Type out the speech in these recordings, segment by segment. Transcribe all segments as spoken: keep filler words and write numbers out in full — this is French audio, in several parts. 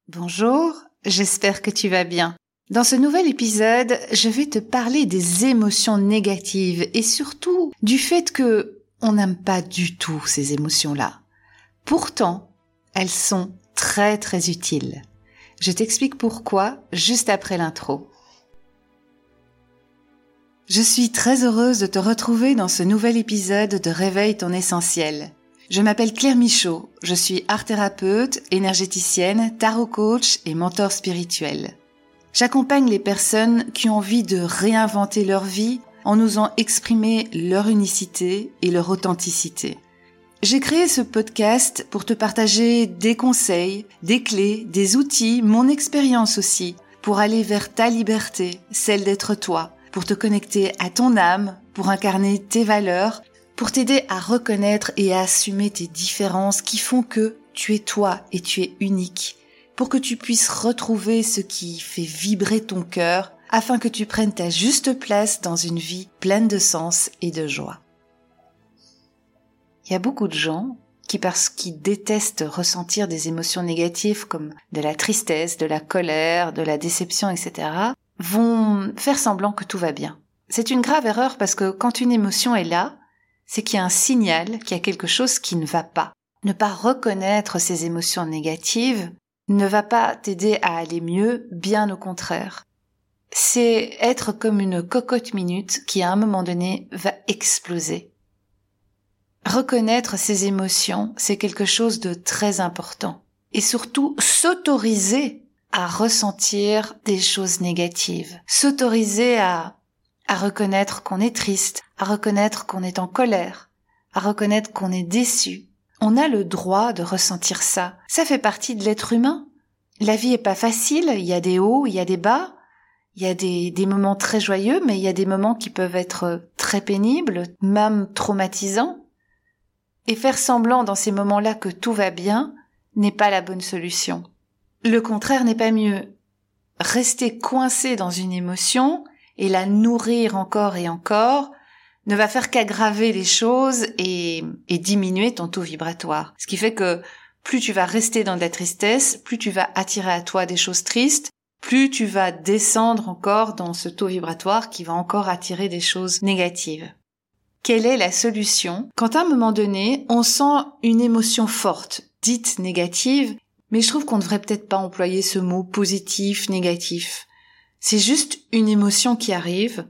Bonjour, j'espère que tu vas bien. Dans ce nouvel épisode, je vais te parler des émotions négatives et surtout du fait que on n'aime pas du tout ces émotions-là. Pourtant, elles sont très très utiles. Je t'explique pourquoi juste après l'intro. Je suis très heureuse de te retrouver dans ce nouvel épisode de Réveille ton essentiel. Je m'appelle Claire Michaud, je suis art-thérapeute, énergéticienne, tarot coach et mentor spirituel. J'accompagne les personnes qui ont envie de réinventer leur vie en osant exprimer leur unicité et leur authenticité. J'ai créé ce podcast pour te partager des conseils, des clés, des outils, mon expérience aussi, pour aller vers ta liberté, celle d'être toi, pour te connecter à ton âme, pour incarner tes valeurs, pour t'aider à reconnaître et à assumer tes différences qui font que tu es toi et tu es unique, pour que tu puisses retrouver ce qui fait vibrer ton cœur afin que tu prennes ta juste place dans une vie pleine de sens et de joie. Il y a beaucoup de gens qui, parce qu'ils détestent ressentir des émotions négatives comme de la tristesse, de la colère, de la déception, et cetera, vont faire semblant que tout va bien. C'est une grave erreur parce que quand une émotion est là, c'est qu'il y a un signal, qu'il y a quelque chose qui ne va pas. Ne pas reconnaître ces émotions négatives ne va pas t'aider à aller mieux, bien au contraire. C'est être comme une cocotte minute qui à un moment donné va exploser. Reconnaître ces émotions, c'est quelque chose de très important. Et surtout, s'autoriser à ressentir des choses négatives. S'autoriser à à reconnaître qu'on est triste, à reconnaître qu'on est en colère, à reconnaître qu'on est déçu. On a le droit de ressentir ça. Ça fait partie de l'être humain. La vie est pas facile, il y a des hauts, il y a des bas, il y a des, des moments très joyeux, mais il y a des moments qui peuvent être très pénibles, même traumatisants. Et faire semblant dans ces moments-là que tout va bien n'est pas la bonne solution. Le contraire n'est pas mieux. Rester coincé dans une émotion et la nourrir encore et encore, ne va faire qu'aggraver les choses et, et diminuer ton taux vibratoire. Ce qui fait que plus tu vas rester dans de la tristesse, plus tu vas attirer à toi des choses tristes, plus tu vas descendre encore dans ce taux vibratoire qui va encore attirer des choses négatives. Quelle est la solution quand à un moment donné, on sent une émotion forte, dite négative, mais je trouve qu'on ne devrait peut-être pas employer ce mot positif, négatif. C'est juste une émotion qui arrive,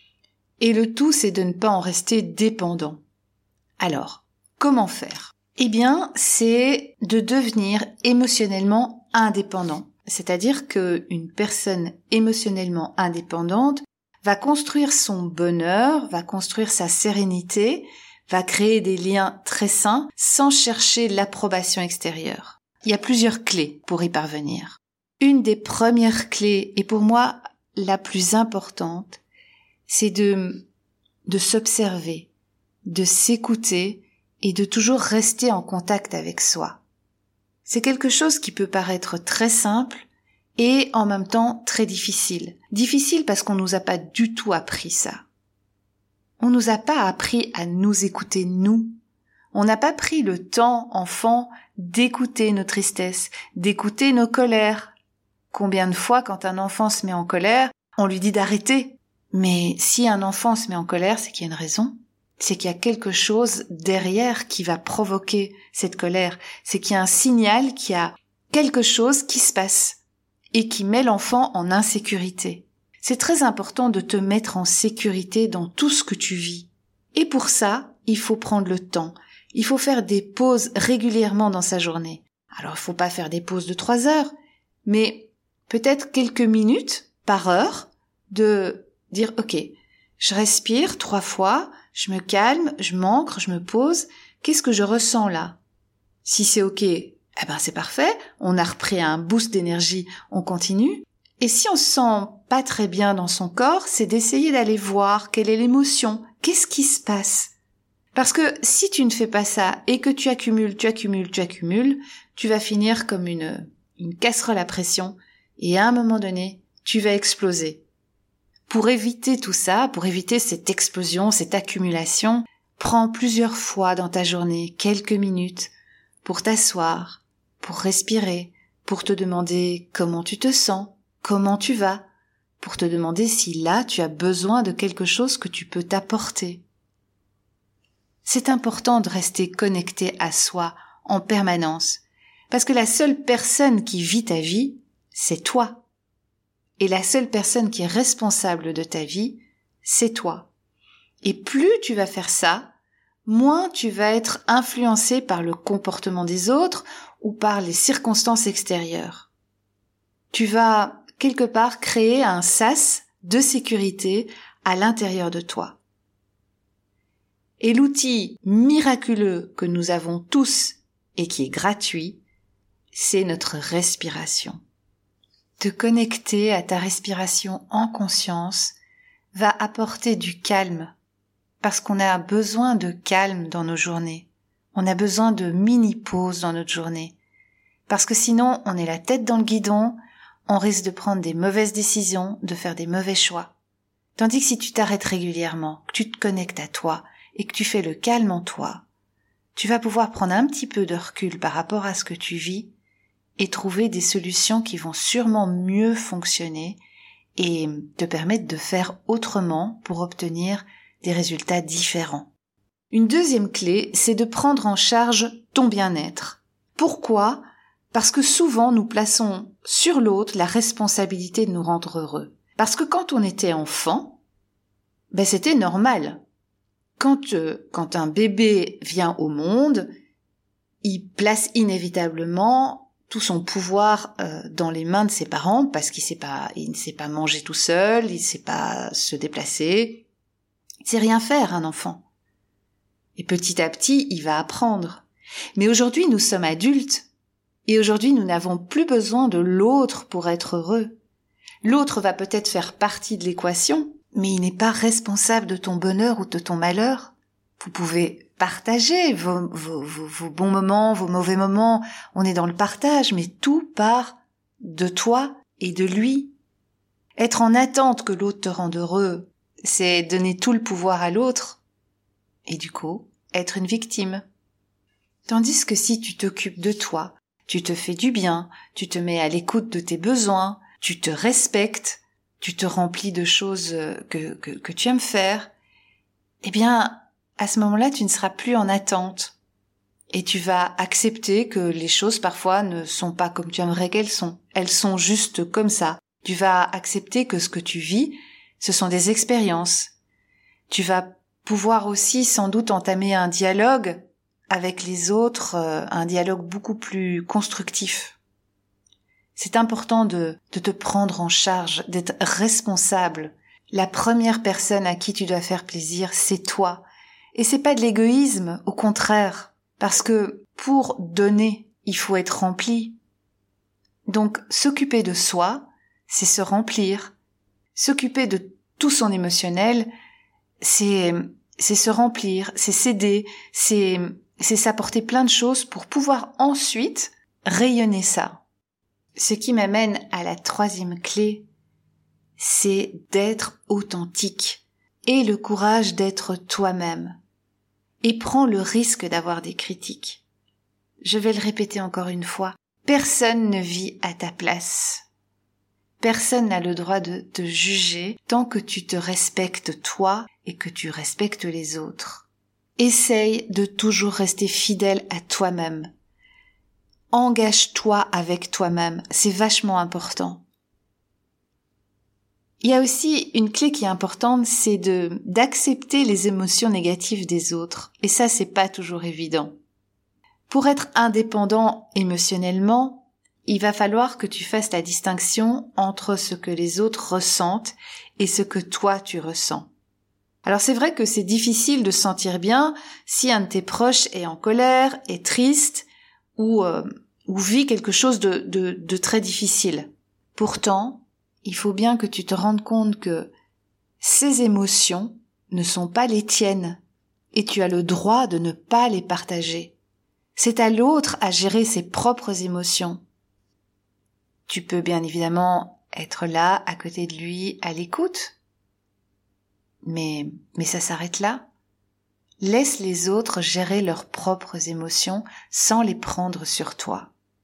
et le tout c'est de ne pas en rester dépendant. Alors, comment faire ? Eh bien, c'est de devenir émotionnellement indépendant. C'est-à-dire qu'une personne émotionnellement indépendante va construire son bonheur, va construire sa sérénité, va créer des liens très sains sans chercher l'approbation extérieure. Il y a plusieurs clés pour y parvenir. Une des premières clés, et pour moi la plus importante, c'est de, de s'observer, de s'écouter et de toujours rester en contact avec soi. C'est quelque chose qui peut paraître très simple et en même temps très difficile. Difficile parce qu'on nous a pas du tout appris ça. On nous a pas appris à nous écouter nous. On n'a pas pris le temps, enfant, d'écouter nos tristesses, d'écouter nos colères. Combien de fois, quand un enfant se met en colère, on lui dit d'arrêter. Mais si un enfant se met en colère, c'est qu'il y a une raison. C'est qu'il y a quelque chose derrière qui va provoquer cette colère. C'est qu'il y a un signal, qu'il y a quelque chose qui se passe et qui met l'enfant en insécurité. C'est très important de te mettre en sécurité dans tout ce que tu vis. Et pour ça, il faut prendre le temps. Il faut faire des pauses régulièrement dans sa journée. Alors, il faut pas faire des pauses de trois heures, mais peut-être quelques minutes par heure de dire « Ok, je respire trois fois, je me calme, je m'ancre, je me pose. Qu'est-ce que je ressens là ?» Si c'est ok, eh ben c'est parfait. On a repris un boost d'énergie, on continue. Et si on se sent pas très bien dans son corps, c'est d'essayer d'aller voir quelle est l'émotion, qu'est-ce qui se passe. Parce que si tu ne fais pas ça et que tu accumules, tu accumules, tu accumules, tu vas finir comme une, une casserole à pression. Et à un moment donné, tu vas exploser. Pour éviter tout ça, pour éviter cette explosion, cette accumulation, prends plusieurs fois dans ta journée quelques minutes pour t'asseoir, pour respirer, pour te demander comment tu te sens, comment tu vas, pour te demander si là tu as besoin de quelque chose que tu peux t'apporter. C'est important de rester connecté à soi en permanence, parce que la seule personne qui vit ta vie, c'est toi. Et la seule personne qui est responsable de ta vie, c'est toi. Et plus tu vas faire ça, moins tu vas être influencé par le comportement des autres ou par les circonstances extérieures. Tu vas quelque part créer un sas de sécurité à l'intérieur de toi. Et l'outil miraculeux que nous avons tous et qui est gratuit, c'est notre respiration. Te connecter à ta respiration en conscience va apporter du calme, parce qu'on a besoin de calme dans nos journées. On a besoin de mini-pauses dans notre journée. Parce que sinon, on est la tête dans le guidon, on risque de prendre des mauvaises décisions, de faire des mauvais choix. Tandis que si tu t'arrêtes régulièrement, que tu te connectes à toi et que tu fais le calme en toi, tu vas pouvoir prendre un petit peu de recul par rapport à ce que tu vis et trouver des solutions qui vont sûrement mieux fonctionner et te permettre de faire autrement pour obtenir des résultats différents. Une deuxième clé, c'est de prendre en charge ton bien-être. Pourquoi ? Parce que souvent nous plaçons sur l'autre la responsabilité de nous rendre heureux. Parce que quand on était enfant, ben c'était normal. Quand, euh, quand un bébé vient au monde, il place inévitablement tout son pouvoir euh, dans les mains de ses parents parce qu'il sait pas, il ne sait pas manger tout seul, il ne sait pas se déplacer. Il sait rien faire, un enfant. Et petit à petit, il va apprendre. Mais aujourd'hui, nous sommes adultes. Et aujourd'hui, nous n'avons plus besoin de l'autre pour être heureux. L'autre va peut-être faire partie de l'équation, mais il n'est pas responsable de ton bonheur ou de ton malheur. Vous pouvez partager vos, vos, vos, vos bons moments, vos mauvais moments. On est dans le partage, mais tout part de toi et de lui. Être en attente que l'autre te rende heureux, c'est donner tout le pouvoir à l'autre. Et du coup, être une victime. Tandis que si tu t'occupes de toi, tu te fais du bien, tu te mets à l'écoute de tes besoins, tu te respectes, tu te remplis de choses que, que, que tu aimes faire, eh bien, à ce moment-là, tu ne seras plus en attente. Et tu vas accepter que les choses, parfois, ne sont pas comme tu aimerais qu'elles sont. Elles sont juste comme ça. Tu vas accepter que ce que tu vis, ce sont des expériences. Tu vas pouvoir aussi, sans doute, entamer un dialogue avec les autres, euh, un dialogue beaucoup plus constructif. C'est important de, de te prendre en charge, d'être responsable. La première personne à qui tu dois faire plaisir, c'est toi. Et c'est pas de l'égoïsme, au contraire. Parce que pour donner, il faut être rempli. Donc, s'occuper de soi, c'est se remplir. S'occuper de tout son émotionnel, c'est, c'est se remplir, c'est s'aider, c'est, c'est s'apporter plein de choses pour pouvoir ensuite rayonner ça. Ce qui m'amène à la troisième clé, c'est d'être authentique et le courage d'être toi-même. Et prends le risque d'avoir des critiques. Je vais le répéter encore une fois, personne ne vit à ta place. Personne n'a le droit de te juger tant que tu te respectes toi et que tu respectes les autres. Essaye de toujours rester fidèle à toi-même. Engage-toi avec toi-même, c'est vachement important. Il y a aussi une clé qui est importante, c'est de d'accepter les émotions négatives des autres. Et ça, c'est pas toujours évident. Pour être indépendant émotionnellement, il va falloir que tu fasses la distinction entre ce que les autres ressentent et ce que toi tu ressens. Alors c'est vrai que c'est difficile de se sentir bien si un de tes proches est en colère, est triste ou, euh, ou vit quelque chose de, de, de très difficile. Pourtant, il faut bien que tu te rendes compte que ces émotions ne sont pas les tiennes et tu as le droit de ne pas les partager. C'est à l'autre à gérer ses propres émotions. Tu peux bien évidemment être là, à côté de lui, à l'écoute. Mais, mais ça s'arrête là. Laisse les autres gérer leurs propres émotions sans les prendre sur toi.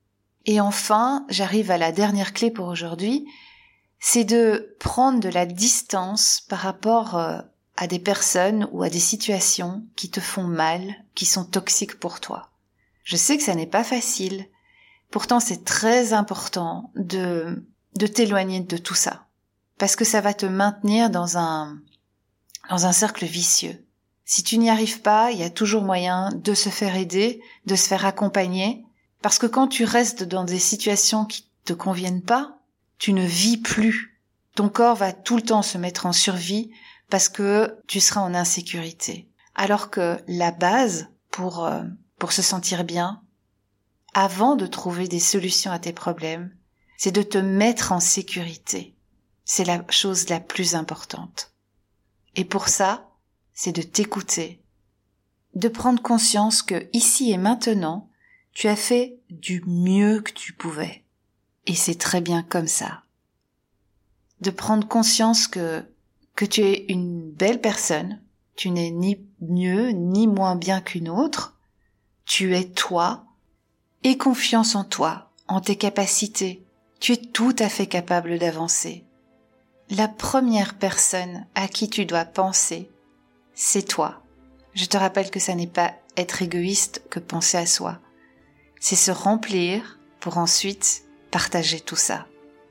Et enfin, j'arrive à la dernière clé pour aujourd'hui, c'est de prendre de la distance par rapport à des personnes ou à des situations qui te font mal, qui sont toxiques pour toi. Je sais que ça n'est pas facile, pourtant c'est très important de, de t'éloigner de tout ça, parce que ça va te maintenir dans un, dans un cercle vicieux. Si tu n'y arrives pas, il y a toujours moyen de se faire aider, de se faire accompagner, parce que quand tu restes dans des situations qui te conviennent pas, tu ne vis plus. Ton corps va tout le temps se mettre en survie parce que tu seras en insécurité. Alors que la base pour, euh, pour se sentir bien, avant de trouver des solutions à tes problèmes, c'est de te mettre en sécurité. C'est la chose la plus importante. Et pour ça, c'est de t'écouter, de prendre conscience que ici et maintenant, tu as fait du mieux que tu pouvais. Et c'est très bien comme ça. De prendre conscience que, que tu es une belle personne, tu n'es ni mieux ni moins bien qu'une autre, tu es toi, aie confiance en toi, en tes capacités, tu es tout à fait capable d'avancer. La première personne à qui tu dois penser, c'est toi. Je te rappelle que ça n'est pas être égoïste que penser à soi. C'est se remplir pour ensuite partager tout ça.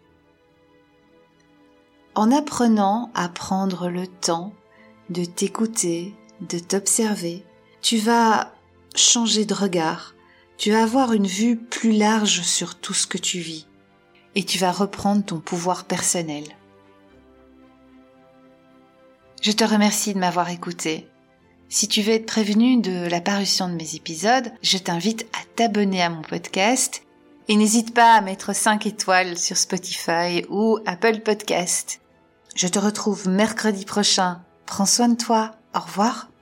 En apprenant à prendre le temps de t'écouter, de t'observer, tu vas changer de regard, tu vas avoir une vue plus large sur tout ce que tu vis et tu vas reprendre ton pouvoir personnel. Je te remercie de m'avoir écouté. Si tu veux être prévenu de la parution de mes épisodes, je t'invite à t'abonner à mon podcast et n'hésite pas à mettre cinq étoiles sur Spotify ou Apple Podcast. Je te retrouve mercredi prochain. Prends soin de toi. Au revoir.